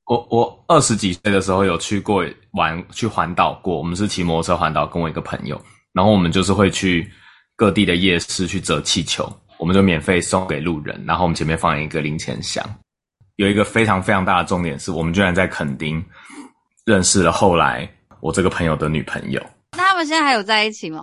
我20几岁的时候有去过去环岛过，我们是骑摩托车环岛，跟我一个朋友，然后我们就是会去各地的夜市去折气球，我们就免费送给路人，然后我们前面放一个零钱箱。有一个非常非常大的重点是，我们居然在垦丁认识了后来我这个朋友的女朋友。 那他们现在还有在一起吗？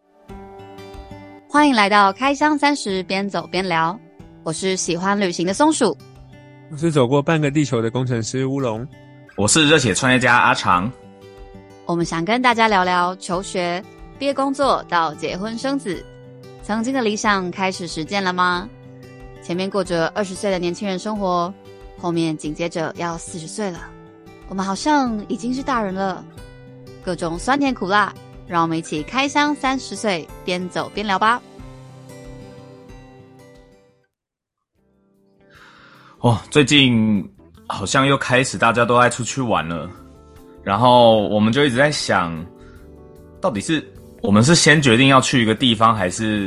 欢迎来到开箱30，边走边聊。我是喜欢旅行的松鼠， 我是走过半个地球的工程师乌龙， 我是热血创业家阿长。 我们想跟大家聊聊求学、毕业工作到结婚生子，曾经的理想开始实践了吗？前面过着20岁的年轻人生活，后面紧接着要40岁了，我们好像已经是大人了。各种酸甜苦辣，让我们一起开箱30岁，边走边聊吧。 最近好像又开始大家都爱出去玩了，然后我们就一直在想，到底是我们是先决定要去一个地方，还是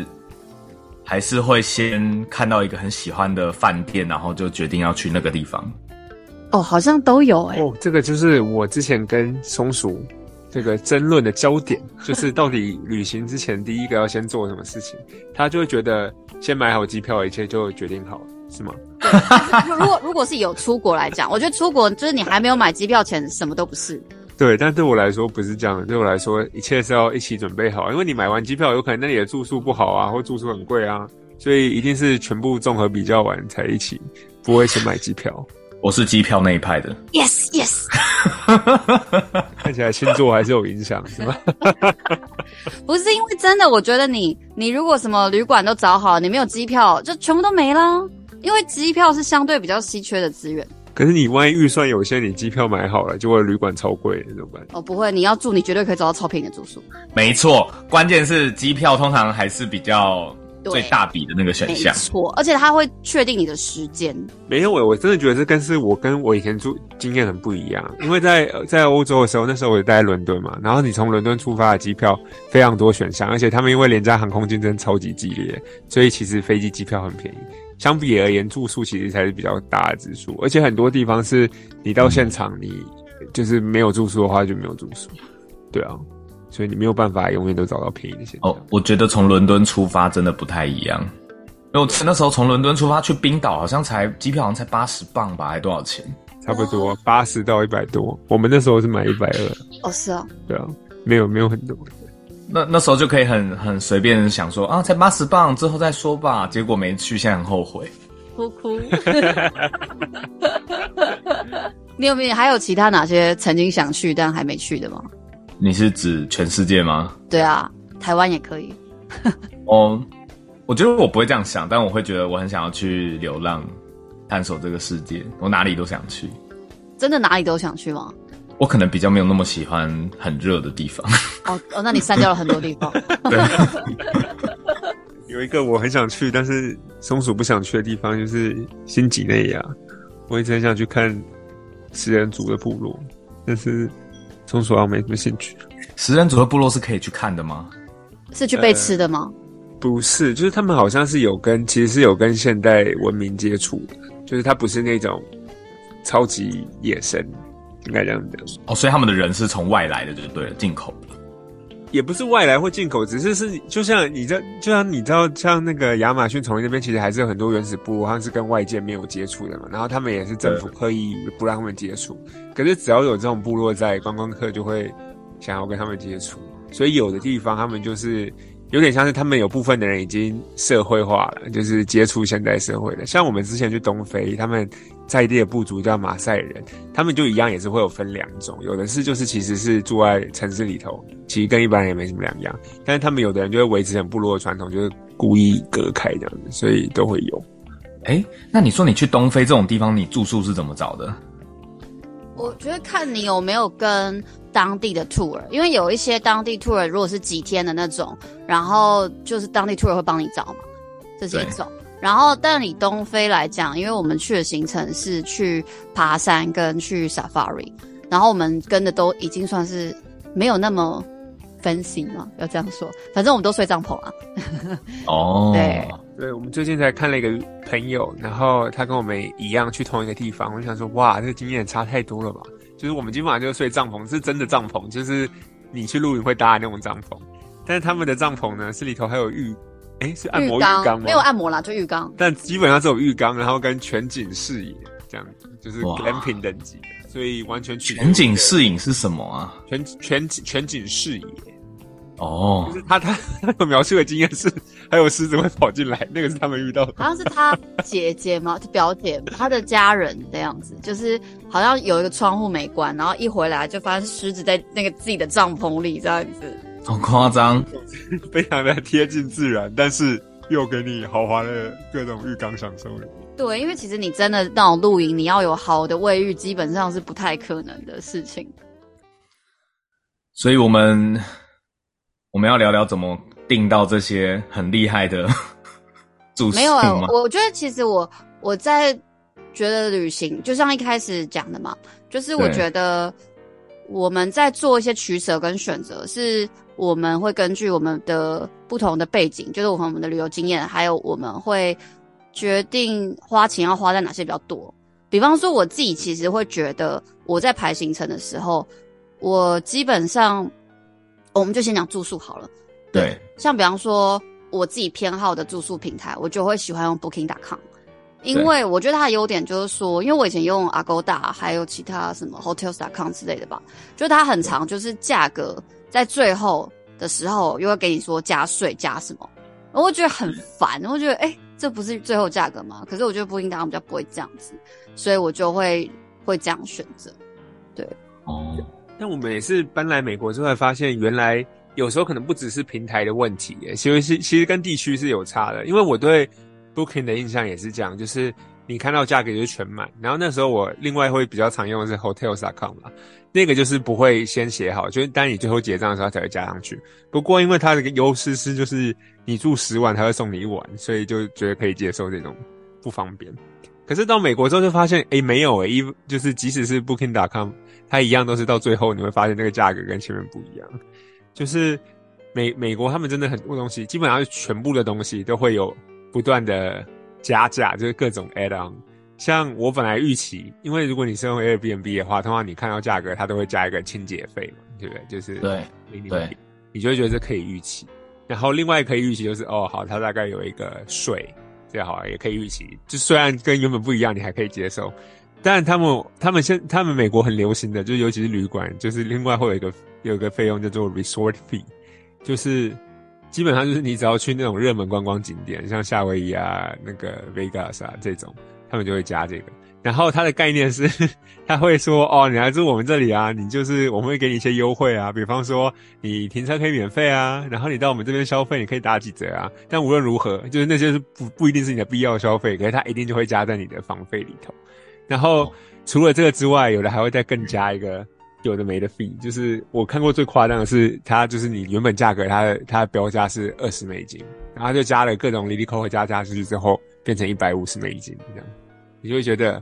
会先看到一个很喜欢的饭店，然后就决定要去那个地方。 好像都有欸。 这个就是我之前跟松鼠这个争论的焦点，就是到底旅行之前第一个要先做什么事情。他就会觉得先买好机票，一切就决定好，是吗？ 如果是有出国来讲，我觉得出国就是你还没有买机票前什么都不是。 对，但对我来说不是这样的。对我来说，一切是要一起准备好，因为你买完机票，有可能那里的住宿不好啊，或住宿很贵啊，所以一定是全部综合比较完才一起，不会先买机票。 我是机票那一派的。 Yes 看起来星座还是有影响，是吗？ 不是，因为真的，我觉得你如果什么旅馆都找好，你没有机票，就全部都没啦。因为机票是相对比较稀缺的资源。 可是你万一预算有限，你机票买好了，结果旅馆超贵，怎么办？ 不会，你要住，你绝对可以找到超便宜的住宿。 没错，关键是机票通常还是比较最大笔的那个选项。 没错，而且它会确定你的时间。 没有我真的觉得这跟我以前住经验很不一样。因为在欧洲的时候，那时候我待在伦敦嘛，然后你从伦敦出发的机票非常多选项，而且他们因为廉价航空竞争超级激烈，所以其实飞机机票很便宜。相比而言，住宿其实才是比较大的支出，而且很多地方是你到现场，你就是没有住宿的话就没有住宿，对啊，所以你没有办法永远都找到便宜的选项。 我觉得从伦敦出发真的不太一样，因为我那时候从伦敦出发去冰岛，好像机票好像才80磅吧，还多少钱？ 差不多80到100多，我们那时候是买120。 是啊， 对啊，没有很多。 那时候就可以很随便想说啊，才80磅，之后再说吧。结果没去，现在很后悔。 哭。你还有其他哪些曾经想去但还没去的吗？ 你是指全世界吗？ 对啊，台湾也可以。 我觉得我不会这样想，但我会觉得我很想要去流浪，探索这个世界。我哪里都想去。真的哪里都想去吗？我可能比较没有那么喜欢很热的地方。 那你删掉了很多地方。 对。 有一个我很想去，但是松鼠不想去的地方，就是新几内亚。我一直很想去看食人族的部落，但是松鼠好像没什么兴趣。 食人族的部落是可以去看的吗？ 是去被吃的吗？ 不是，就是他们好像是其实是有跟现代文明接触的，就是它不是那种超级野生。应该这样讲。 所以他们的人是从外来的就对了，进口的。 也不是外来或进口，只是就像你知道像那个亚马逊丛林那边其实还是有很多原始部落，他们是跟外界没有接触的嘛，然后他们也是政府刻意不让他们接触。可是只要有这种部落在，观光客就会想要跟他们接触，所以有的地方他们就是有点像是他们有部分的人已经社会化了，就是接触现代社会的。像我们之前去东非，他们在地的部族叫马赛人，他们就一样也是会有分2种，有的是就是其实是住在城市里头，其实跟一般人也没什么两样，但是他们有的人就会维持很部落的传统，就是故意隔开这样子，所以都会有。 那你说你去东非这种地方，你住宿是怎么找的？ 我觉得看你有没有跟当地的 tour， 因为有一些当地 tour 如果是几天的那种，然后就是当地 tour 会帮你找嘛，这是一种。然后但以东非来讲，因为我们去的行程是去爬山跟去 safari， 然后我们跟的都已经算是没有那么fancy嘛，要这样说，反正我们都睡帐篷啊。对， 对，我们最近才看了一个朋友，然后他跟我们一样去同一个地方，我就想说，哇，这个经验差太多了吧？就是我们基本上就是睡帐篷，是真的帐篷，就是你去露营会搭的那种帐篷，但是他们的帐篷呢，是里头还有是按摩浴缸吗？ 没有按摩啦，就浴缸， 但基本上是有浴缸，然后跟全景视野这样子，就是 glamping 等级的，所以完全全景视野是什么啊？ 全景视野。 哦， 就是他有描述的经验是，还有狮子会跑进来，那个是他们遇到的。 好像是他姐姐嘛，表姐，他的家人这样子，就是好像有一个窗户没关，然后一回来就发现狮子在那个自己的帐篷里这样子， 好夸张， 非常的贴近自然，但是又给你豪华的各种浴缸享受。 对，因为其实你真的那种露营，你要有好的卫浴，基本上是不太可能的事情。 所以我们要聊聊怎么订到这些很厉害的住宿吗？没有我觉得其实我在觉得旅行，就像一开始讲的嘛，就是我觉得我们在做一些取舍跟选择，是我们会根据我们的不同的背景，就是我们的旅游经验，还有我们会决定花钱要花在哪些比较多。比方说我自己其实会觉得我在排行程的时候，我基本上我们就先讲住宿好了。 对， 像比方说我自己偏好的住宿平台，我就会喜欢用 Booking.com， 因为我觉得它的优点就是说，因为我以前用 Agoda 还有其他什么 Hotels.com 之类的吧，就它很长，就是价格在最后的时候又会给你说加税加什么，我会觉得很烦，我会觉得这不是最后价格吗？可是我觉得 Booking.com 比较不会这样子，所以我就会这样选择。对， 但我们也是搬来美国之后才发现，原来有时候可能不只是平台的问题耶，其实跟地区是有差的。因为我对 Booking 的印象也是这样，就是你看到价格就是全满，然后那时候我另外会比较常用的是 Hotels.com 啦，那个就是不会先写好，就是当你最后结账的时候才会加上去。不过因为它的优势是就是你住10晚它会送你1晚，所以就觉得可以接受这种不方便。可是到美国之后就发现没有就是即使是 Booking.com 它一样都是到最后你会发现那个价格跟前面不一样。就是美国他们真的很多东西，基本上全部的东西都会有不断的加价，就是各种 add on。像我本来预期，因为如果你是用 Airbnb 的话，通常你看到价格它都会加一个清洁费嘛，对不对？就是对， 你就会觉得这可以预期。然后另外可以预期就是好，它大概有一个税，这好也可以预期。就虽然跟原本不一样，你还可以接受。但他们美国很流行的，就是尤其是旅馆，就是另外会有一个费用叫做 resort fee， 就是基本上就是你只要去那种热门观光景点，像夏威夷啊、那个 Vegas 啊这种，他们就会加这个。然后它的概念是，他会说你来住我们这里啊，我们会给你一些优惠啊，比方说你停车可以免费啊，然后你到我们这边消费你可以打几折啊。但无论如何，就是那些是不一定是你的必要消费，可是它一定就会加在你的房费里头。然后除了这个之外，有的还会再更加一个有的没的 fee， 就是我看过最夸张的是，它就是你原本价格它的标价是$20，然后就加了各种哩哩扣扣加上去之后，变成$150这样，你就会觉得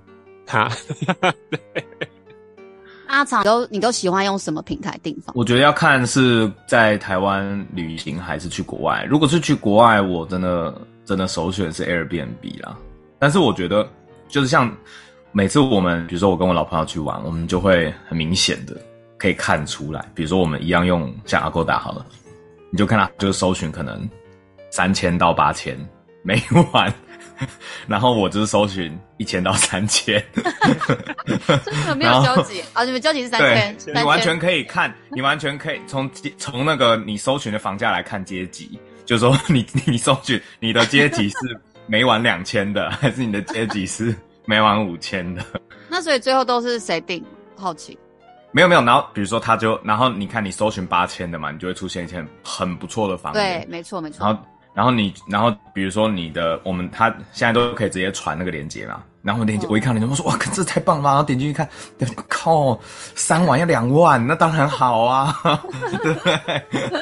阿常你都喜欢用什么平台订房？ 我觉得要看是在台湾旅行还是去国外。如果是去国外，我真的首选是 Airbnb 啦。但是我觉得就是像每次我们比如说我跟我老朋友去玩，我们就会很明显的可以看出来，比如说我们一样用像 Agoda 好了，你就看它就是搜寻可能3000到8000每晚，然后我就是搜寻1000到3000， 所以你们没有交集啊？你们交集是3000， 对，你完全可以看，你完全可以从那个你搜寻的房价来看阶级，就是说你搜寻你的阶级是每晚2000的，还是你的阶级是每晚5000的？ 那所以最后都是谁订？好奇。 没有，然后比如说然后你看你搜寻8000的嘛，你就会出现一些很不错的房间。 对，没错。 然后比如说他现在都可以直接传那个链接嘛，然后链接我一看链接，我说哇，这太棒了，然后点进去看，靠，3晚要2万，那当然好啊，对不对？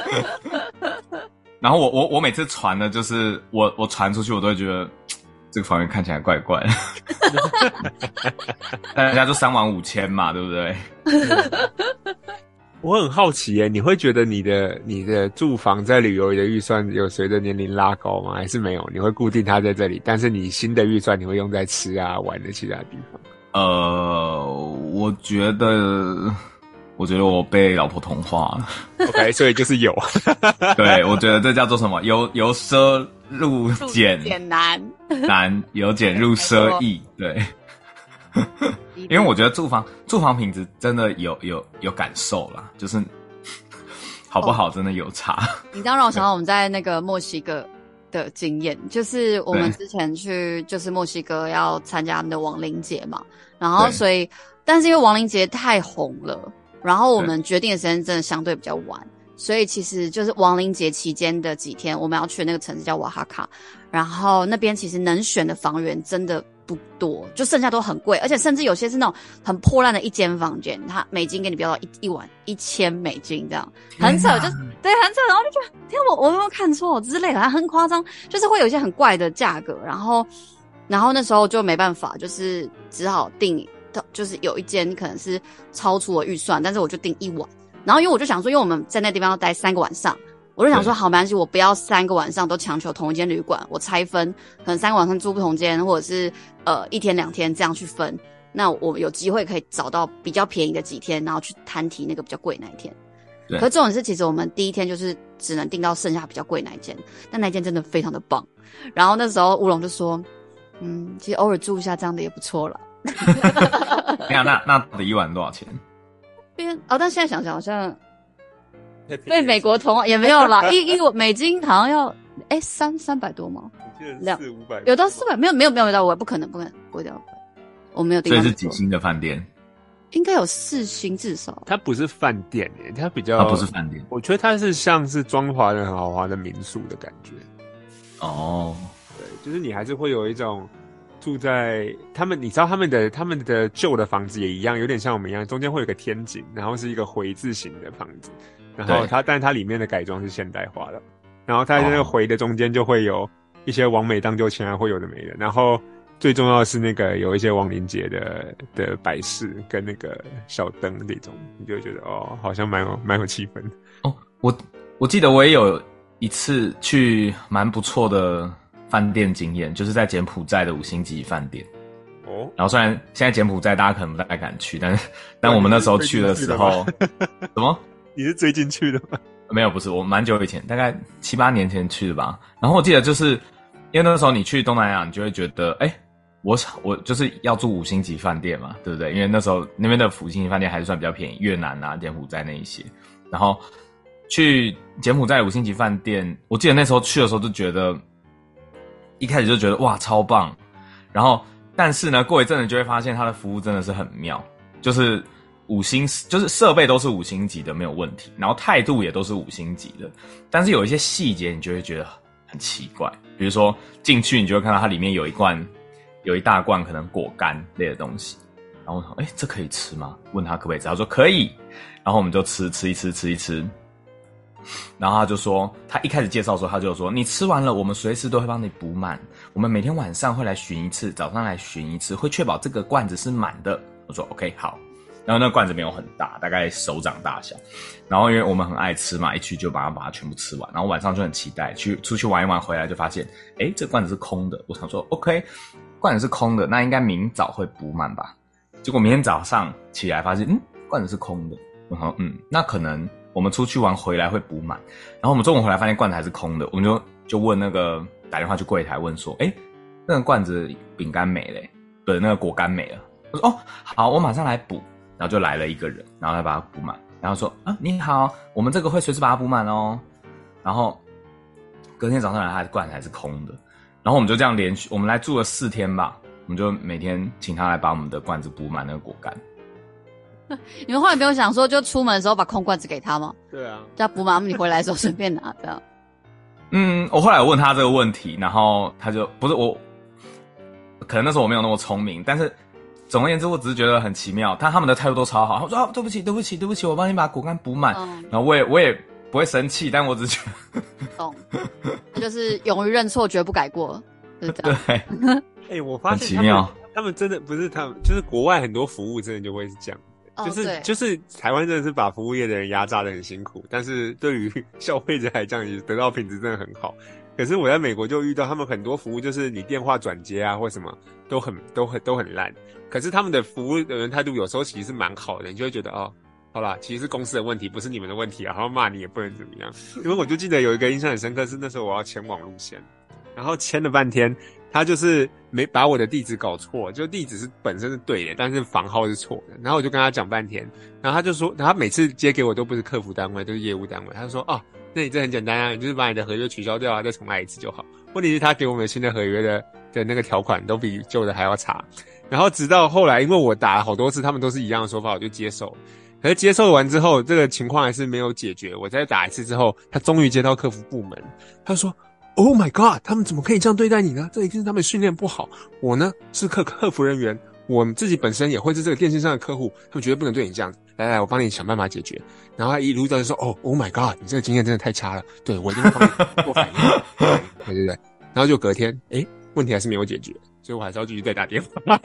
然后我每次传的就是我传出去，我都会觉得这个房间看起来怪怪的，但人家就35000嘛，对不对？ 我很好奇耶，你会觉得你的住房在旅游的预算有随着年龄拉高吗？还是没有？你会固定它在这里，但是你新的预算你会用在吃啊玩的其他地方？ 我觉得我被老婆同化了。 OK， 所以就是有。 对，我觉得这叫做什么？由奢入俭难， 由俭入奢易。对。因为我觉得住房品质真的有感受啦，就是好不好真的有差。 你这样让我想到我们在那个墨西哥的经验，就是我们之前去就是墨西哥要参加他们的亡灵节嘛，然后所以但是因为亡灵节太红了，然后我们决定的时间真的相对比较晚，所以其实就是亡灵节期间的几天我们要去的那个城市叫瓦哈卡，然后那边其实能选的房源真的不多，就剩下都很贵，而且甚至有些是那种很破烂的一间房间，它美金给你标到一晚$1000这样，很扯，就对，很扯，然后就觉得天啊，我有没有看错之类的，还很夸张，就是会有一些很怪的价格，然后那时候就没办法，就是只好订，就是有一间可能是超出我预算，但是我就订一晚，然后因为我就想说，因为我们在那地方要待3个晚上。我就想说，好，没关系，我不要3个晚上都强求同一间旅馆，我拆分，可能3个晚上住不同间，或者是1天2天这样去分。那我有机会可以找到比较便宜的几天，然后去摊提那个比较贵那一天。对。可是这种是，其实我们第一天就是只能订到剩下比较贵那一间，但那一间真的非常的棒。然后那时候乌龙就说，其实偶尔住一下这样的也不错啦。 那到底一晚多少钱？ 但现在想想好像。被美国同化也没有啦，一美金好像要300多吗？ 我记得400-500， 有到400，没有到500，不可能，不会到500，我没有订到。 所以是几星的饭店？ 应该有4星至少。 它不是饭店耶，它不是饭店， 我觉得它是像是装潢的很豪华的民宿的感觉。 哦， 对，就是你还是会有一种住在你知道他们的旧的房子也一样，有点像我们一样，中间会有个天井，然后是一个回字形的房子。然后但它里面的改装是现代化的，然后它那个回的中间就会有一些王美当就前来会有的没的，然后最重要的是那个有一些亡灵节的摆饰跟那个小灯那种，你就会觉得好像蛮有气氛的。 我记得我也有一次去蛮不错的饭店经验，就是在柬埔寨的5星级饭店。然后虽然现在柬埔寨大家可能不太敢去，但我们那时候去的时候，什么？ 你是最近去的吗？ 没有，不是，我蛮久以前，大概7、8年前去的吧。然后我记得就是因为那时候你去东南亚，你就会觉得，我就是要住5星级饭店嘛，对不对？因为那时候那边的5星级饭店还是算比较便宜，越南啊、柬埔寨那一些。然后去柬埔寨5星级饭店，我记得那时候去的时候就觉得，一开始就觉得哇超棒，然后但是呢，过一阵子就会发现它的服务真的是很妙，就是5星，就是设备都是5星级的没有问题，然后态度也都是5星级的，但是有一些细节你就会觉得很奇怪，比如说进去你就会看到它里面有一大罐可能果干类的东西，然后我说这可以吃吗？问他可不可以吃，他说可以，然后我们就吃一吃，然后他就说，他一开始介绍的时候他就说，你吃完了我们随时都会帮你补满，我们每天晚上会来巡一次，早上来巡一次，会确保这个罐子是满的。我说 OK 好，然后那个罐子没有很大，大概手掌大小，然后因为我们很爱吃嘛，一去就把它全部吃完，然后晚上就很期待出去玩一玩，回来就发现这个罐子是空的，我想说 OK 罐子是空的，那应该明早会补满吧，结果明天早上起来发现罐子是空的，我想说那可能我们出去玩回来会补满，然后我们中午回来发现罐子还是空的，我们就问那个打电话去柜台问说那个罐子饼干没了对，那个果干没了，我说好，我马上来补，然后就来了一个人，然后来把它补满，然后说你好，我们这个会随时把它补满哦，然后隔天早上来它的罐子还是空的，然后我们就这样连续我们来住了4天吧，我们就每天请他来把我们的罐子补满那个果干。 你们后来没有想说，就出门的时候把空罐子给他吗？ 对啊， 叫他补满，你回来的时候随便拿这样。 我后来有问他这个问题，然后他就不是我，可能那时候我没有那么聪明，但是总而言之，我只是觉得很奇妙，他们的态度都超好，他说对不起，我帮你把果干补满，然后我也不会生气，但我只是觉得懂，那就是勇于认错，绝不改过，就是这样。 对， 我发现很奇妙。 他们真的不是他们，就是国外很多服务真的就会是这样。 就是台湾真的是把服务业的人压榨得很辛苦，但是对于消费者来讲，也得到品质真的很好。可是我在美国就遇到他们很多服务，就是你电话转接啊或什么都很烂。可是他们的服务的人态度有时候其实是蛮好的，你就会觉得哦，好啦，其实是公司的问题，不是你们的问题啊，然后骂你也不能怎么样。因为我就记得有一个印象很深刻，是那时候我要签网路线，然后签了半天，他就是没把我的地址搞错，就地址是本身是对的，但是房号是错的。然后我就跟他讲半天，然后他就说，他每次接给我都不是客服单位，都是业务单位。他就说，哦，那你这很简单啊，你就是把你的合约取消掉啊，再重来一次就好。问题是他给我们新的合约的那个条款都比旧的还要差。然后直到后来，因为我打了好多次，他们都是一样的说法，我就接受。可是接受完之后，这个情况还是没有解决。我再打一次之后，他终于接到客服部门，他说 ：“Oh my god， 他们怎么可以这样对待你呢？这一定是他们训练不好。我呢是客服人员，我自己本身也会是这个电信上的客户，他们绝对不能对你这样子。来，我帮你想办法解决。”然后他一路就说：“Oh my god， 你这个经验真的太差了。对，我一定会帮你做反应。”对。然后就隔天，问题还是没有解决，所以我还是要继续再打电话，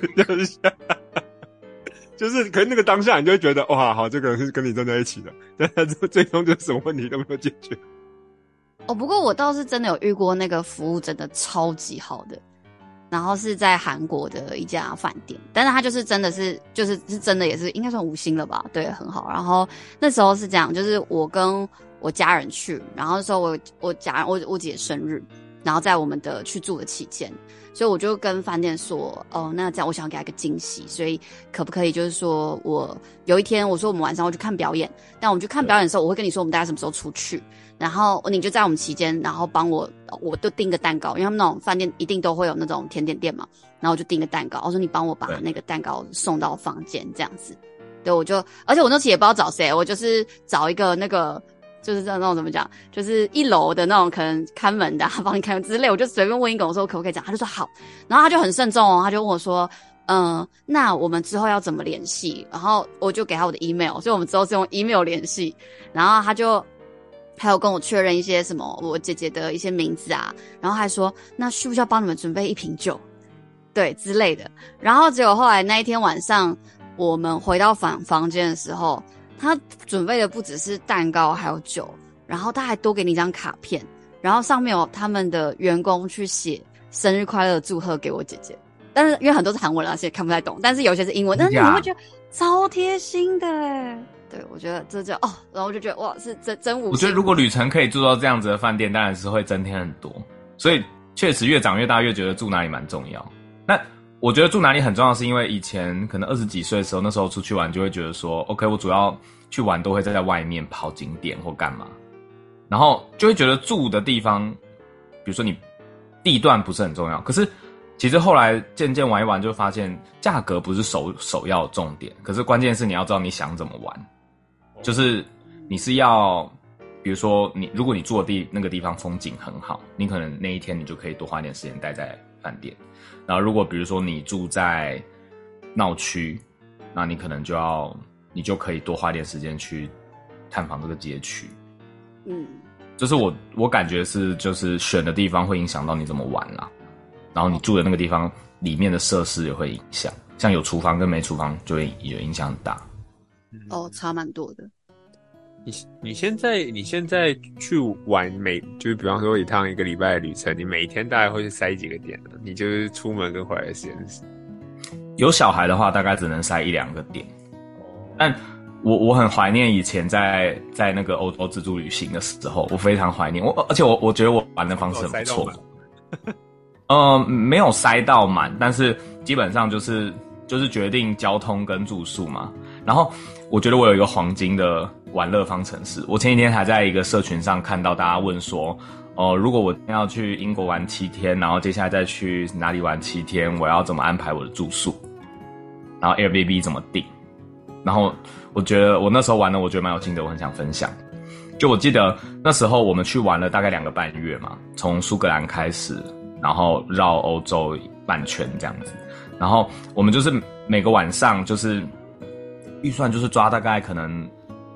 就是可是那个当下你就会觉得哇，好，这个人是跟你站在一起的，但他最终就是什么问题都没有解决。 不过我倒是真的有遇过那个服务真的超级好的，然后是在韩国的一家饭店，但是他就是真的是真的也是应该算5星了吧，对，很好。然后那时候是这样，就是我跟我家人去，然后那时候我姐生日，然后在我们的去住的期间，所以我就跟饭店说，那这样我想要给他一个惊喜，所以可不可以就是说我有一天我说我们晚上要去看表演，但我们去看表演的时候，我会跟你说我们大概什么时候出去，然后你就在我们期间，然后帮我就订个蛋糕，因为他们那种饭店一定都会有那种甜点店嘛，然后我就订个蛋糕，我说你帮我把那个蛋糕送到房间这样子，对，而且我那期也不知道找谁，我就是找一个那个。就是那种怎么讲，就是1楼的那种可能看门的帮你开门之类，我就随便问一个，我说可不可以讲，他就说好，然后他就很慎重他就问我说，那我们之后要怎么联系？然后我就给他我的 email， 所以我们之后是用 email 联系，然后他就还有跟我确认一些什么我姐姐的一些名字啊，然后还说那需不需要帮你们准备1瓶酒，对之类的，然后结果后来那一天晚上我们回到房间的时候。他准备的不只是蛋糕还有酒，然后他还多给你一张卡片，然后上面有他们的员工去写生日快乐祝贺给我姐姐，但是因为很多是韩文啦，所以看不太懂，但是有些是英文，但是你会觉得超贴心的耶。对，我觉得这就然后我就觉得哇，是真无。 我觉得如果旅程可以住到这样子的饭店，当然是会增添很多，所以确实越长越大越觉得住哪里蛮重要。那我觉得住哪里很重要，是因为以前可能20几岁的时候，那时候出去玩就会觉得说 ，OK， 我主要去玩都会在外面跑景点或干嘛，然后就会觉得住的地方，比如说你地段不是很重要。可是其实后来渐渐玩一玩，就发现价格不是首要重点，可是关键是你要知道你想怎么玩，就是你是要，比如说如果你住的那个地方风景很好，你可能那一天你就可以多花一点时间待在饭店。然后如果比如说你住在闹区，那你可能你就可以多花点时间去探访这个街区。就是我感觉是就是选的地方会影响到你怎么玩啦，然后你住的那个地方里面的设施也会影响，像有厨房跟没厨房就会有影响很大。 差蛮多的。 你现在去玩就是比方说一趟1个礼拜的旅程，你每天大概会去塞几个点呢？你就是出门跟回来的时间是？ 有小孩的话，大概只能塞1-2个点。但我很怀念以前在那个欧洲自助旅行的时候，我非常怀念。而且我觉得我玩的方式很不错。没有塞到满，但是基本上就是决定交通跟住宿嘛。然后我觉得我有一个黄金的玩乐方程式。我前几天还在一个社群上看到大家问说，如果我要去英国玩7天，然后接下来再去哪里玩7天，我要怎么安排我的住宿？然后 Airbnb 怎么订？然后我觉得我那时候玩的，我觉得蛮有心得，我很想分享。就我记得那时候我们去玩了大概2个半月嘛，从苏格兰开始，然后绕欧洲半圈这样子。然后我们就是每个晚上就是预算就是抓大概可能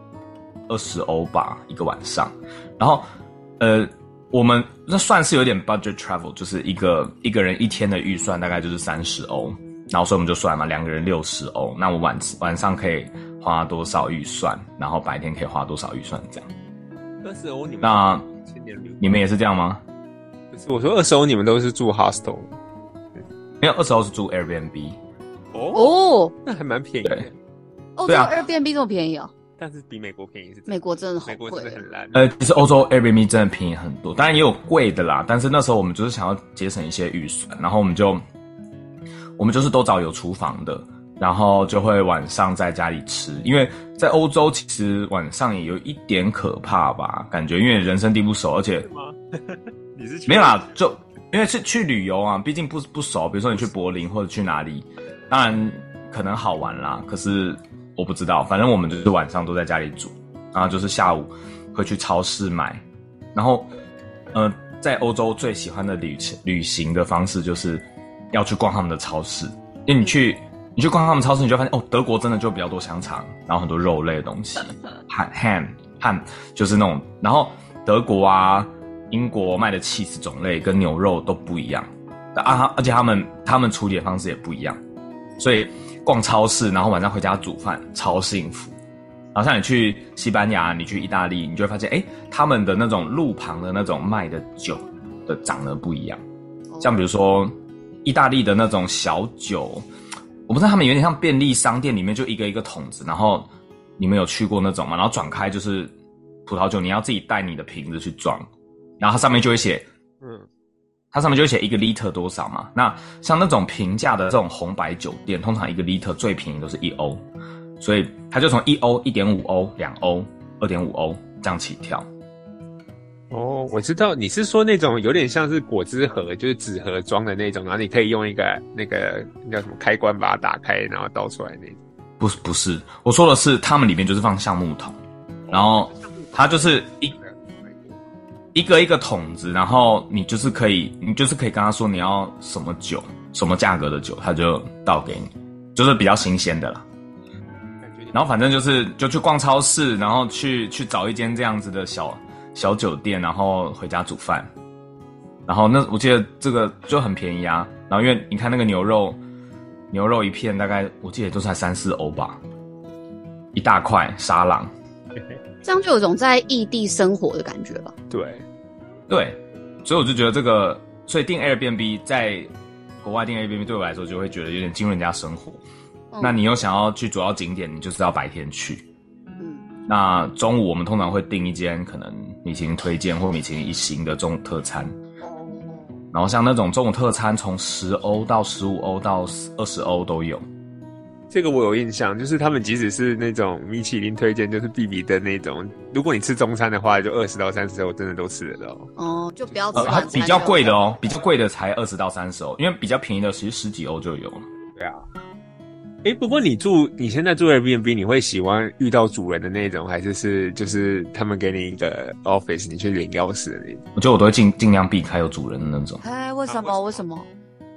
20欧吧一个晚上。然后我们那算是有点 budget travel， 就是一个人1天的预算大概就是30欧。 然后所以我们就算嘛，2个人60欧，那我晚上可以花多少预算，然后白天可以花多少预算这样。 20欧你们那你们也是这样吗？ 不是，我说20欧你们都是住 hostel。 没有，20欧是住 Airbnb。 哦， 那还蛮便宜的。 欧洲 Airbnb 这么便宜哦？ 但是比美国便宜是。 美国真的好贵， 美国真的很烂。 其实欧洲 Airbnb 真的便宜很多，当然也有贵的啦。但是那时候我们就是想要节省一些预算，然后我们就是都找有厨房的，然后就会晚上在家里吃。因为在欧洲其实晚上也有一点可怕吧，感觉因为人生地不熟，而且是吗？你是去没有啦，就因为是去旅游啊，毕竟不熟。比如说你去柏林或者去哪里，当然可能好玩啦，可是我不知道，反正我们就是晚上都在家里煮，然后就是下午会去超市买。然后在欧洲最喜欢的旅行的方式就是要去逛他们的超市，因为你去逛他们超市，你就发现哦，德国真的就比较多香肠，然后很多肉类的东西ham 就是那种，然后德国啊英国卖的cheese种类跟牛肉都不一样啊，而且他们处理的方式也不一样，所以逛超市然后晚上回家煮饭超幸福。然后像你去西班牙，你去意大利，你就会发现他们的那种路旁的那种卖的酒的长得不一样，像比如说意大利的那种小酒，我不知道他们有点像便利商店里面就一个一个桶子，然后你们有去过那种吗？然后转开就是葡萄酒，你要自己带你的瓶子去装，然后它上面就会写它上面就会写1个 liter 多少嘛。那像那种平价的这种红白酒店，通常1个 liter 最便宜都是1欧，所以它就从1欧、1.5欧、2欧、2.5欧这样起跳。 哦，我知道你是说那种有点像是果汁盒，就是纸盒装的那种，然后你可以用一个那个叫什么开关把它打开，然后倒出来那种。 不是，我说的是他们里面就是放橡木桶，然后它就是一个一个桶子，然后你就是可以跟他说你要什么酒，什么价格的酒，他就倒给你，就是比较新鲜的啦。然后反正就去逛超市，然后去找一间这样子的小酒店，然后回家煮饭。然后我记得这个就很便宜啊。然后因为你看那个牛肉一片大概我记得都才3-4欧吧，一大块沙朗。 这样就有种在异地生活的感觉吧。 对，所以我就觉得所以订 Airbnb 在国外订 Airbnb 对我来说就会觉得有点进入人家生活。那你又想要去主要景点，你就是要白天去。那中午我们通常会订一间可能米其林推荐或米其林1星的中午特餐。然后像那种中午特餐从10欧到15欧到20欧都有。 这个我有印象，就是他们即使是那种米其林推荐，就是必比的那种，如果你吃中餐的话，就20到30欧真的都吃得到。 哦，就不要吃晚餐。 比较贵的哦，比较贵的才20到30欧，因为比较便宜的其实10几欧就有了。 对啊。不过你现在住 Airbnb， 你会喜欢遇到主人的那种，还是就是他们给你一个 office， 你去领钥匙的那种？ 我觉得我都会尽量避开有主人的那种。 为什么？为什么？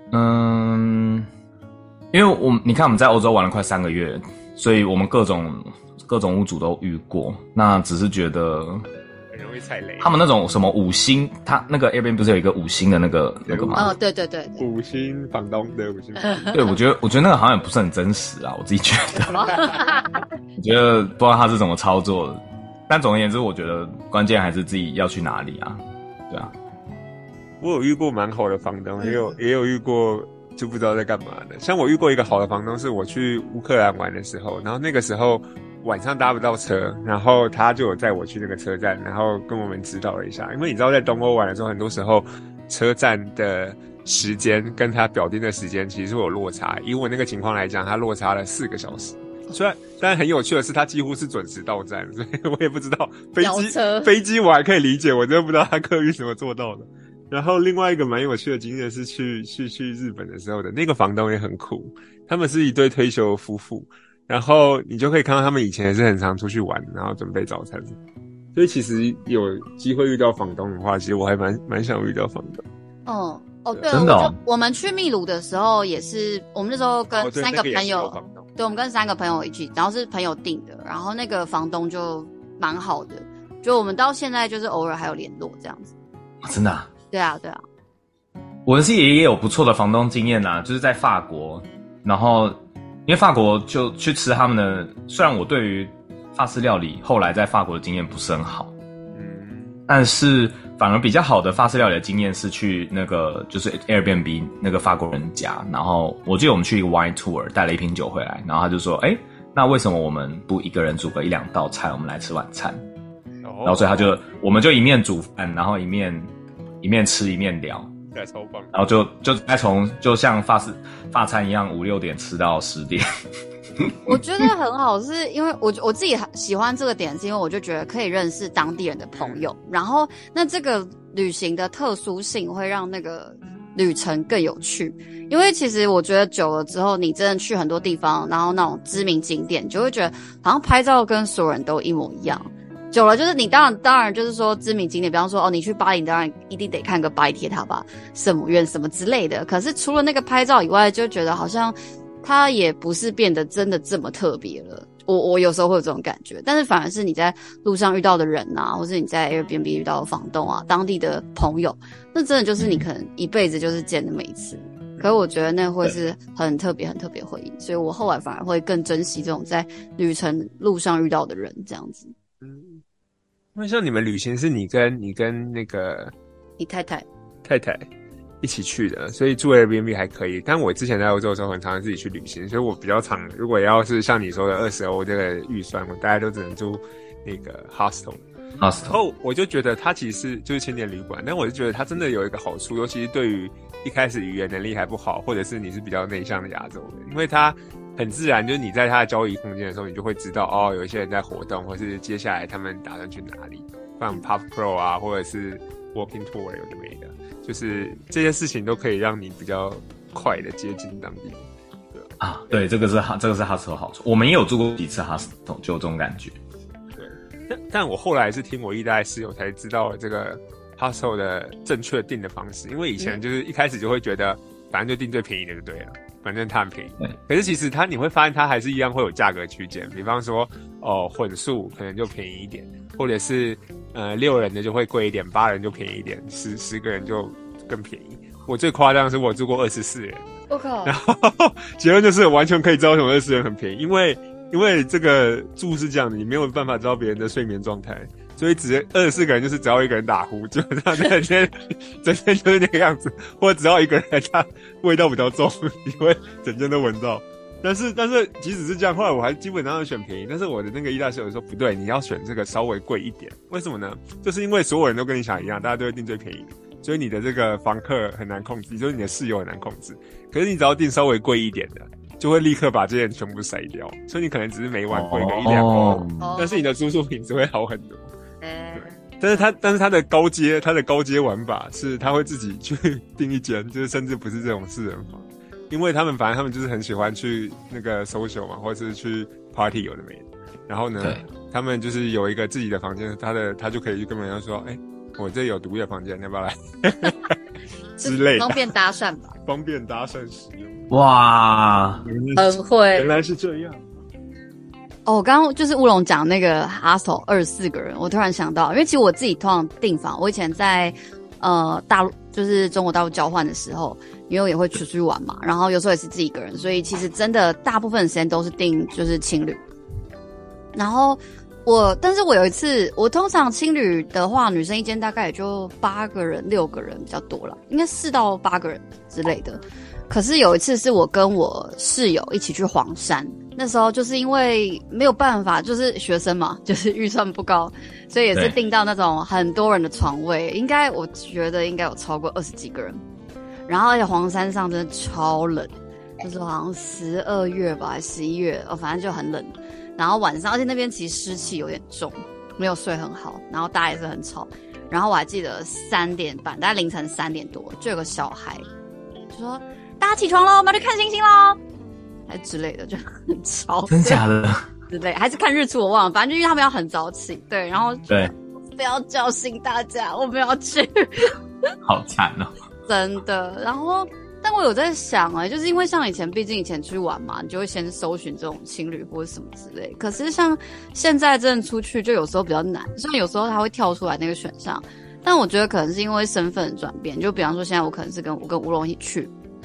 因为你看我们在欧洲玩了快3个月，所以我们各种屋主都遇过。那只是觉得很容易踩雷。 他们那种什么5星，他那个 Airbnb 不是有一个5星的那个吗？ 对。 5星房东的5星房东。 对，我觉得那个好像也不是很真实啊，我自己觉得。我觉得不知道他是怎么操作的，但总而言之，我觉得关键还是自己要去哪里啊，对啊。 我有遇过蛮好的房东，也有遇过就不知道在干嘛的。像我遇过一个好的房东，是我去乌克兰玩的时候，然后那个时候晚上搭不到车，然后他就有载我去那个车站，然后跟我们指导了一下。因为你知道在东欧玩的时候，很多时候车站的时间跟他表定的时间其实会有落差。以我那个情况来讲，他落差了4个小时。但很有趣的是，他几乎是准时到站，所以我也不知道飞机我还可以理解，我真的不知道他客运怎么做到的。然后另外一个蛮有趣的经验是去日本的时候的，那个房东也很酷，他们是一对退休夫妇，然后你就可以看到他们以前也是很常出去玩，然后准备早餐。所以其实有机会遇到房东的话，其实我还蛮想遇到房东。 对， 真的哦。 我们去秘鲁的时候也是，我们那时候跟3个朋友，对，我们跟3个朋友一起，然后是朋友订的，然后那个房东就蛮好的，就我们到现在就是偶尔还有联络这样子。 真的啊？ 对啊。 我是也有不错的房东经验啦，就是在法国， 然后因为法国就去吃他们的，虽然我对于法式料理后来在法国的经验不是很好，但是反而比较好的法式料理的经验是去那个就是 Airbnb 那个法国人家，然后我记得我们去一个 wine tour， 带了一瓶酒回来，然后他就说，那为什么我们不一个人煮个1-2道菜，我们来吃晚餐？然后所以我们就一面煮饭，然后一面吃一面聊， 超棒。 然后就像法餐一样5-6点吃到10点。 我觉得很好，是因为我自己喜欢这个点，是因为我就觉得可以认识当地人的朋友，然后那这个旅行的特殊性会让那个旅程更有趣。因为其实我觉得久了之后，你真的去很多地方，然后那种知名景点，就会觉得好像拍照跟所有人都一模一样。久了就是你当然就是说知名景点，比方说你去巴黎，当然一定得看个巴黎铁塔吧、圣母院什么之类的。可是除了那个拍照以外，就觉得好像它也不是变得真的这么特别了。我有时候会有这种感觉，但是反而是你在路上遇到的人啊，或是你在 Airbnb 遇到的房东啊，当地的朋友，那真的就是你可能一辈子就是见那么一次。可是我觉得那会是很特别回忆，所以我后来反而会更珍惜这种在旅程路上遇到的人，这样子。 因为像你们旅行是你跟那个你太太一起去的，所以住 Airbnb 还可以。但我之前在欧洲的时候，很常自己去旅行，所以我比较常，如果要是像你说的20欧这个预算，我大概都只能住那个 hostel。然后我就觉得它其实就是青年旅馆，但我就觉得它真的有一个好处，尤其是对于一开始语言能力还不好，或者是你是比较内向的亚洲人，因为它很自然，就是你在它的交易空间的时候，你就会知道有一些人在活动，或是接下来他们打算去哪里，像 Pub Pro 啊，或者是 Walking Tour 有的没的，就是这些事情都可以让你比较快的接近当地。 对，这个是 hostel 好处，我们也有住过几次 hostel， 就有这种感觉。 但我后来是听我意大利室友才知道这个 hostel 的正确订的方式，因为以前就是一开始就会觉得反正就订最便宜的就对了，反正它很便宜。可是其实你会发现它还是一样会有价格区间，比方说混宿可能就便宜一点，或者是6人的就会贵一点，8人就便宜一点，10个人就更便宜。我最夸张的是我住过24人， 我靠！ 然后结论就是完全可以知道为什么24人很便宜，因为这个住是这样的，你没有办法知道别人的睡眠状态，所以24个人就是只要一个人打呼，基本上整天就是那个样子，或者只要一个人他味道比较重，你会整天都闻到。但是即使是这样，后来我还基本上要选便宜，但是我的那个意大利室友说不对，你要选这个稍微贵一点。为什么呢？就是因为所有人都跟你想一样，大家都会订最便宜的，所以你的这个房客很难控制，就是你的室友很难控制。可是你只要订稍微贵一点的，就会立刻把这些人全部筛掉，所以你可能只是每晚贵个1-2欧，但是你的住宿品质会好很多。对，但是它的高阶玩法是他会自己去订一间，就是甚至不是这种4人房，因为他们就是很喜欢去那个 social 嘛，或者是去 party 有的没的。然后呢，他们就是有一个自己的房间，他就可以去跟人家说，我这有独立的房间，要不要来？之类的， 方便搭讪吧？ 方便搭讪使用。 哇， 很会， 原来是这样。 刚刚就是乌龙讲那个 hostel 24个人，我突然想到，因为其实我自己通常订房，我以前在大陆就是中国大陆交换的时候，因为我也会出去玩嘛，然后有时候也是自己一个人，所以其实真的大部分的时间都是订就是青旅。然后但是我有一次，我通常青旅的话，女生一间大概也就8个人、6个人比较多了，应该4到8个人之类的。可是有一次是我跟我室友一起去黄山，那时候就是因为没有办法，就是学生嘛，就是预算不高，所以也是订到那种很多人的床位，我觉得应该有超过20几个人。然后而且黄山上真的超冷，就是好像12月吧，还是11月，反正就很冷。然后晚上，而且那边其实湿气有点重，没有睡很好，然后大家也是很吵。然后我还记得3点半，大概凌晨3点多，就有个小孩就说：“大家起床咯，我们要去看星星咯！”还之类的，就很吵。 真假的？ 之类，还是看日出我忘了，反正就因为他们要很早起，对，然后对， 不要叫醒大家，我们要去。 好惨哦， 真的。然后。但我有在想就是因为像毕竟以前出去玩嘛，你就会先搜寻这种情侣或者什么之类。可是像现在真的出去，就有时候比较难。虽然有时候它会跳出来那个选项，但我觉得可能是因为身份的转变。就比方说，现在我可能是跟乌龙一起去，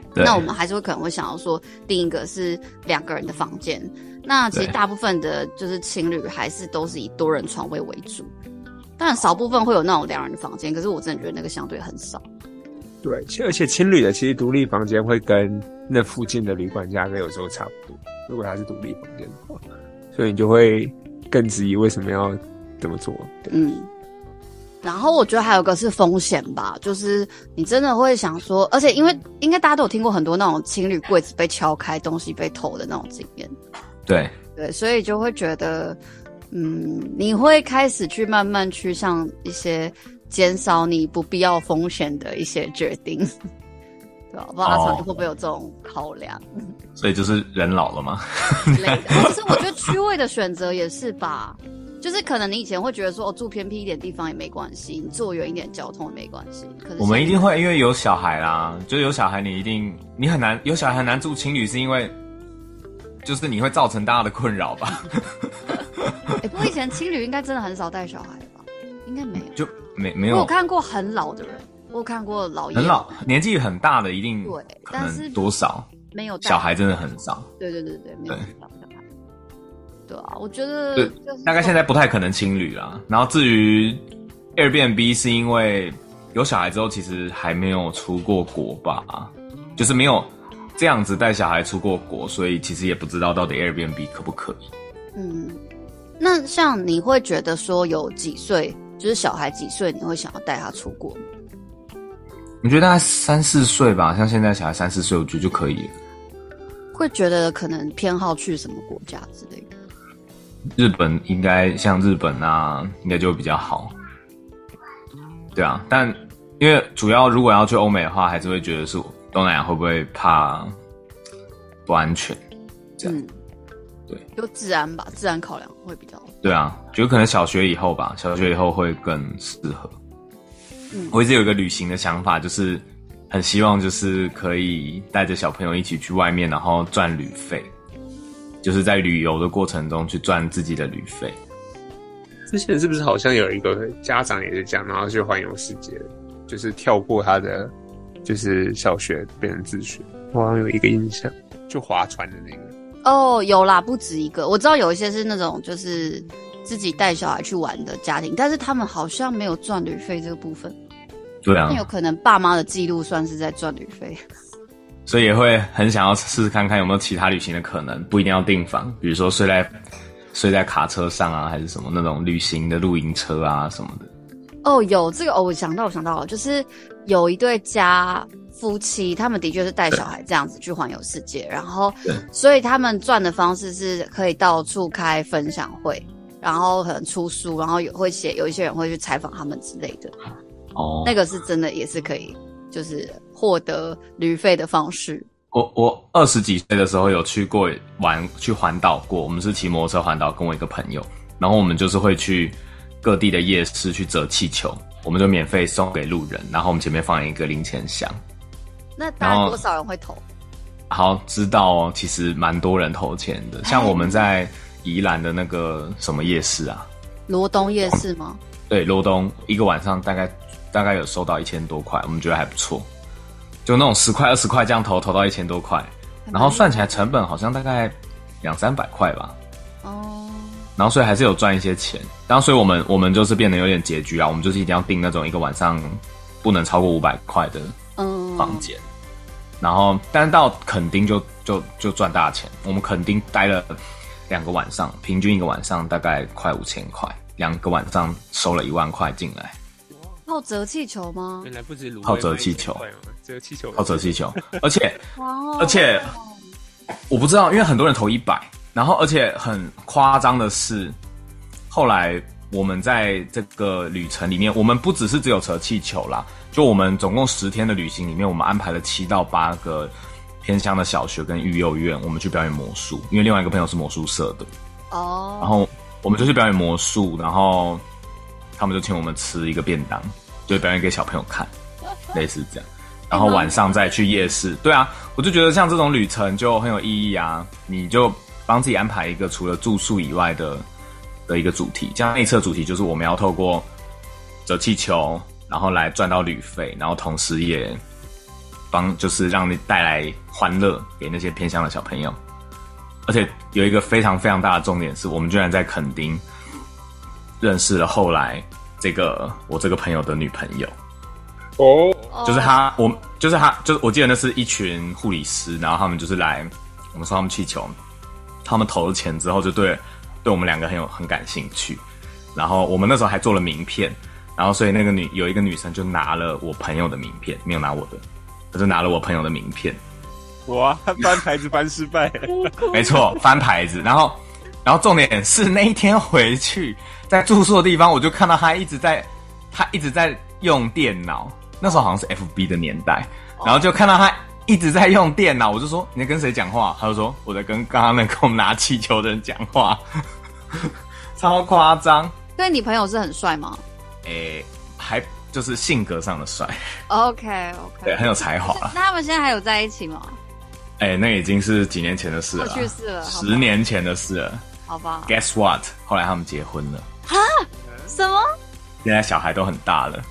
那我们还是可能会想要说订一个是2个人的房间。那其实大部分的就是情侣还是都是以多人床位为主，当然少部分会有那种2人的房间，可是我真的觉得那个相对很少。 对，而且青旅的其实独立房间会跟那附近的旅馆价格有时候差不多，如果它是独立房间的话，所以你就会更质疑为什么要这么做。 然后我觉得还有个是风险吧，就是你真的会想说，而且因为应该大家都有听过很多那种情侣柜子被敲开、东西被偷的那种经验。对，所以就会觉得，你会开始去慢慢去像一些减少你不必要风险的一些决定，对吧？不知道阿长会不会有这种考量？ 所以就是人老了吗？ 之类的。其实我觉得区位的选择也是吧，就是可能你以前会觉得说，住偏僻一点地方也没关系，你坐远一点交通也没关系。可是我们一定会，因为有小孩啦，就是有小孩你很难，有小孩很难住情侣，是因为就是你会造成大家的困扰吧。 不过以前情侣应该真的很少带小孩吧？应该没有， 就没有。 我有看过很老的人，我有看过老爷很老年纪很大的一定对， 可能但是多少没有带小孩真的很少。 对，没有带小孩。对啊，我觉得大概现在不太可能情侣啦。然后至于 Airbnb 是因为有小孩之后其实还没有出过国吧，就是没有这样子带小孩出过国，所以其实也不知道到底 Airbnb 可不可以。 那像你会觉得说有几岁，就是小孩几岁，你会想要带他出国？ 我觉得大概3、4岁吧，像现在小孩3、4岁，我觉得就可以了。 会觉得可能偏好去什么国家之类的？ 日本应该像日本啊，应该就比较好。对啊，但因为主要如果要去欧美的话，还是会觉得是东南亚会不会怕不安全？这样，对， 就治安吧，治安考量会比较。 对啊，觉得可能小学以后吧，小学以后会更适合。我一直有一个旅行的想法，就是很希望就是可以带着小朋友一起去外面，然后赚旅费，就是在旅游的过程中去赚自己的旅费。 之前是不是好像有一个家长也是这样，然后去环游世界，就是跳过他的就是小学变成自学？我好像有一个印象，就划船的那个。 有啦，不止一个。我知道有一些是那种就是自己带小孩去玩的家庭，但是他们好像没有赚旅费这个部分。 对啊， 有可能爸妈的记录算是在赚旅费， 所以也会很想要试试看看有没有其他旅行的可能，不一定要订房，比如说睡在卡车上啊，还是什么那种旅行的露营车啊什么的。 有这个我想到了，就是有一对夫妻，他们的确是带小孩这样子去环游世界，然后所以他们赚的方式是可以到处开分享会，然后可能出书，然后有一些人会去采访他们之类的。那个是真的也是可以就是获得旅费的方式。 我20几岁的时候有去环岛过，我们是骑摩托车环岛，跟我一个朋友，然后我们就是会去各地的夜市去折气球，我们就免费送给路人，然后我们前面放一个零钱箱。 那大概多少人会投？ 好，知道哦，其实蛮多人投钱的。像我们在宜兰的那个什么夜市啊？ 罗东夜市吗？ 对，罗东一个晚上大概有收到1000多块，我们觉得还不错。就那种10块20块这样投到1000多块，然后算起来成本好像大概200-300块吧。然后所以还是有赚一些钱。然后所以我们就是变得有点拮据啊，我们就是一定要订那种一个晚上不能超过500块的房间。然后但是到垦丁就赚大钱，我们垦丁待了2个晚上，平均一个晚上大概快5000块，2个晚上收了1万块进来。 泡折气球吗？ 原来不止泡折气球，泡折气球，而且我不知道，因为很多人投100，然后而且很夸张的是，后来我们在这个旅程里面，我们不只是只有折气球啦，就我们总共10天的旅行里面，我们安排了7到8个偏乡的小学跟育幼院，我们去表演魔术，因为另外一个朋友是魔术社的。然后我们就去表演魔术，然后他们就请我们吃一个便当，就表演给小朋友看，类似这样。然后晚上再去夜市。对啊，我就觉得像这种旅程就很有意义啊，你就帮自己安排一个除了住宿以外的一个主题。这样内测主题就是我们要透过折气球，然后来赚到旅费，然后同时也就是让你带来欢乐给那些偏乡的小朋友。而且有一个非常非常大的重点是，我们居然在垦丁认识了后来我这个朋友的女朋友。 哦， 就是我记得那是一群护理师，然后他们就是来，我们送他们气球，他们投了钱之后就对我们两个很感兴趣，然后我们那时候还做了名片，然后所以有一个女生就拿了我朋友的名片，没有拿我的，她就拿了我朋友的名片。 哇，翻牌子翻失败。 没错，翻牌子，然后重点是那一天回去在住宿的地方，我就看到他一直在用电脑，那时候好像是 FB 的年代，然后就看到他一直在用电脑，我就说你在跟谁讲话？他就说我在跟刚刚那个我们拿气球的人讲话，超夸张。 所以你朋友是很帅吗？ 还就是性格上的帅。 OK， 对，很有才华啦。 那他们现在还有在一起吗？ 那已经是几年前的事了， 过去式了 ，10年前的事了。 好吧。 Guess what？ 后来他们结婚了。 哈？什么？ 现在小孩都很大了。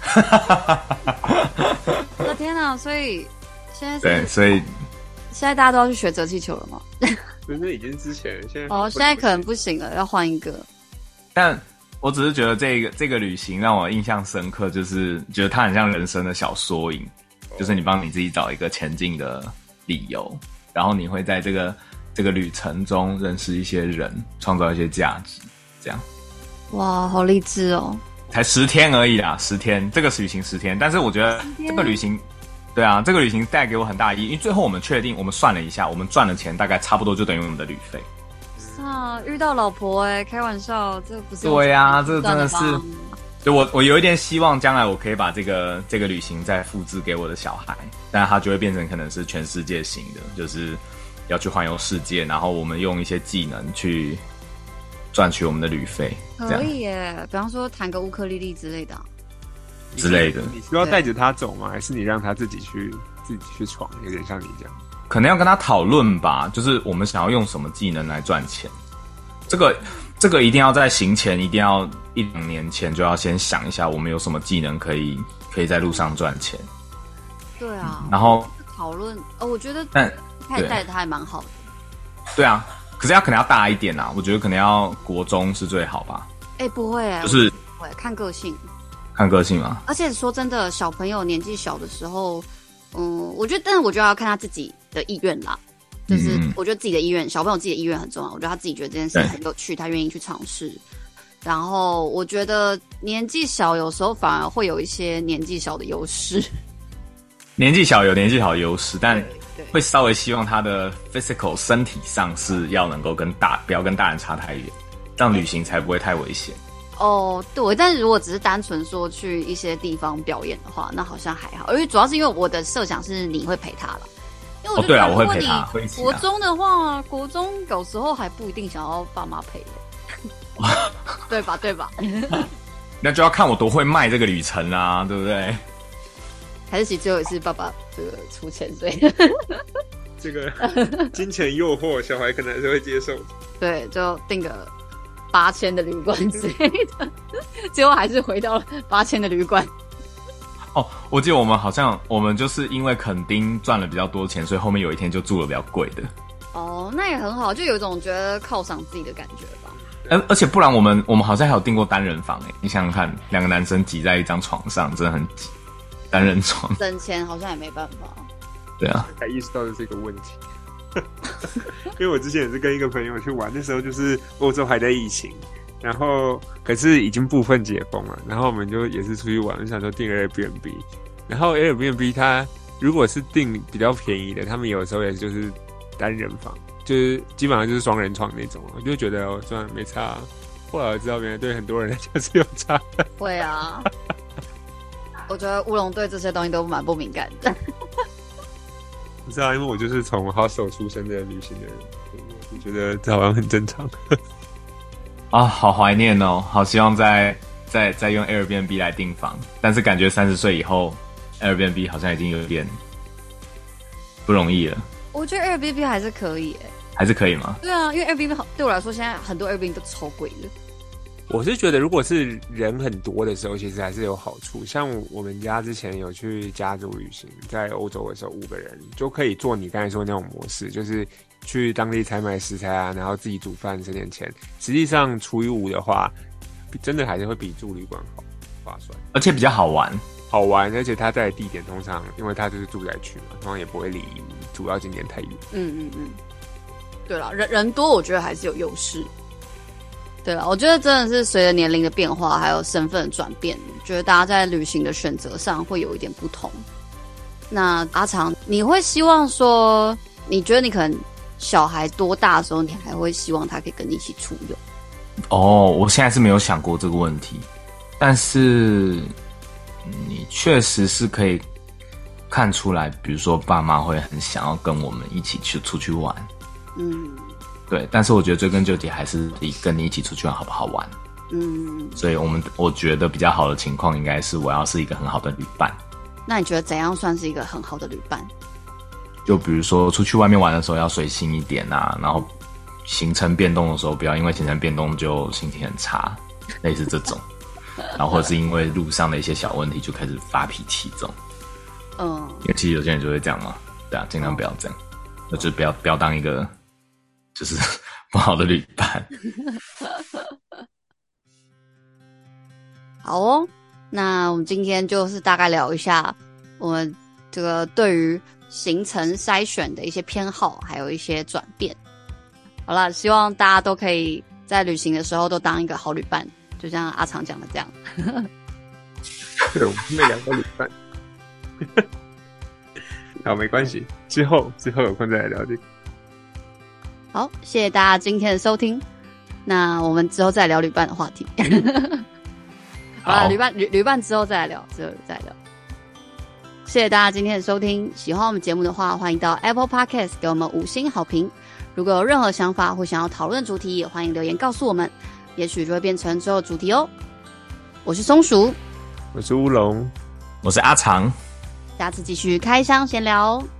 我的天哪！所以现在对，所以现在大家都要去学折气球了吗？ 那已经之前，现在现在可能不行了，要换一个。 但我只是觉得这个旅行让我印象深刻，就是觉得它很像人生的小缩影，就是你帮你自己找一个前进的理由，然后你会在这个旅程中认识一些人，创造一些价值，这样。 哇，好励志哦！ 才10天而已啦，10天，这个旅行10天，但是我觉得这个旅行，对啊，这个旅行带给我很大的意义，因为最后我们确定，我们算了一下，我们赚的钱大概差不多就等于我们的旅费。 遇到老婆开玩笑，这不是？ 对啊，这个真的是，就我有一点希望将来我可以把这个旅行再复制给我的小孩，但它就会变成可能是全世界型的，就是要去环游世界，然后我们用一些技能去赚取我们的旅费， 可以耶。比方说弹个乌克丽丽之类的之类的。 你需要带着他走吗？还是你让他自己去闯？有点像你这样。 可能要跟他讨论吧，就是我们想要用什么技能来赚钱。这个一定要在行前，一定要1-2年前就要先想一下，我们有什么技能可以在路上赚钱。 对啊， 然后讨论我觉得开始带着他还蛮好的。 对啊，可是可能要大一点啊，我觉得可能要国中是最好吧。 不会就是不会看个性。 看个性嘛。 而且说真的，小朋友年纪小的时候，我觉得，但是我觉得要看他自己的意愿啦。就是我觉得自己的意愿，小朋友自己的意愿很重要。我觉得他自己觉得这件事很有趣，他愿意去尝试。然后我觉得年纪小有时候反而会有一些年纪小的优势。 年纪小有年纪小的优势，但会稍微希望他的 physical 身体上是要能够不要跟大人差太远，这样旅行才不会太危险。 对，但是如果只是单纯说去一些地方表演的话，那好像还好。因为主要是因为我的设想是你会陪他了。因为我觉得， 我会陪他。 国中的话，国中有时候还不一定想要爸妈陪对吧？对吧？ 那就要看我多会卖这个旅程啦，对不对？ 还是其实最后也是爸爸这个出钱，所以这个金钱诱惑，小孩可能还是会接受。 对，就订个8000的旅馆之类的，最后还是回到了8000的旅馆。 我记得我们就是因为垦丁赚了比较多钱，所以后面有一天就住了比较贵的。 那也很好，就有一种觉得犒赏自己的感觉吧。 而且不然我们好像还有订过单人房你想想看，2个男生挤在一张床上，真的很挤。单人床省钱好像也没办法。 对啊， 才意识到的这个问题。因为我之前也是跟一个朋友去玩，那时候就是欧洲还在疫情。然后可是已经部分解封了，然后我们就也是出去玩，想说订 Airbnb， 然后 Airbnb 它如果是订比较便宜的，他们有时候也就是单人房，就是基本上就是双人床那种，我就觉得算了没差。后来我知道原来对很多人来讲是有差的。 会啊，我觉得乌龙对这些东西都蛮不敏感的。 不是啊，因为我就是从 hostel 出身的旅行的人，我觉得这好像很正常。 好怀念哦，好希望再用 Airbnb 来订房，但是感觉30岁以后 Airbnb 好像已经有点不容易了。 我觉得 Airbnb 还是可以还是可以吗？ 对啊，因为 Airbnb 对我来说现在很多 Airbnb 都超贵的。 我是觉得，如果是人很多的时候，其实还是有好处。像我们家之前有去家族旅行，在欧洲的时候，5个人就可以做你刚才说的那种模式，就是去当地采买食材啊，然后自己煮饭省点钱。实际上除以5的话，真的还是会比住旅馆好划算， 而且比较好玩。 好玩，而且它在的地点通常，因为它就是住宅区嘛，通常也不会离主要景点太远。 对了，人多，我觉得还是有优势。对了，我觉得真的是随着年龄的变化，还有身份的转变，觉得大家在旅行的选择上会有一点不同。那阿长，你会希望说，你觉得你可能小孩多大的时候，你还会希望他可以跟你一起出游？ 哦，我现在是没有想过这个问题，但是你确实是可以看出来，比如说爸妈会很想要跟我们一起去出去玩。对，但是我觉得追根究底还是跟你一起出去玩好不好玩。所以我觉得比较好的情况应该是我要是一个很好的旅伴。 那你觉得怎样算是一个很好的旅伴？ 就比如说出去外面玩的时候要随性一点啊，然后行程变动的时候不要因为行程变动就心情很差，类似这种。然后或者是因为路上的一些小问题就开始发脾气这种。因为其实有些人就会这样嘛，对啊，尽量不要这样，那就不要当一个就是不好的旅伴。 好哦，那我们今天就是大概聊一下我们这个对于行程筛选的一些偏好，还有一些转变。好啦，希望大家都可以在旅行的时候都当一个好旅伴，就像阿长讲的这样。 对，我们那2个旅伴。好，没关系，之后有空再来聊这个。 好，谢谢大家今天的收听。那我们之后再聊旅伴的话题。好啦，旅伴之后再来聊，谢谢大家今天的收听。喜欢我们节目的话，欢迎到 Apple Podcast 给我们5星好评。如果有任何想法或想要讨论主题，也欢迎留言告诉我们，也许就会变成之后的主题哦。我是松鼠， 我是乌龙， 我是阿长， 下次继续开箱闲聊哦。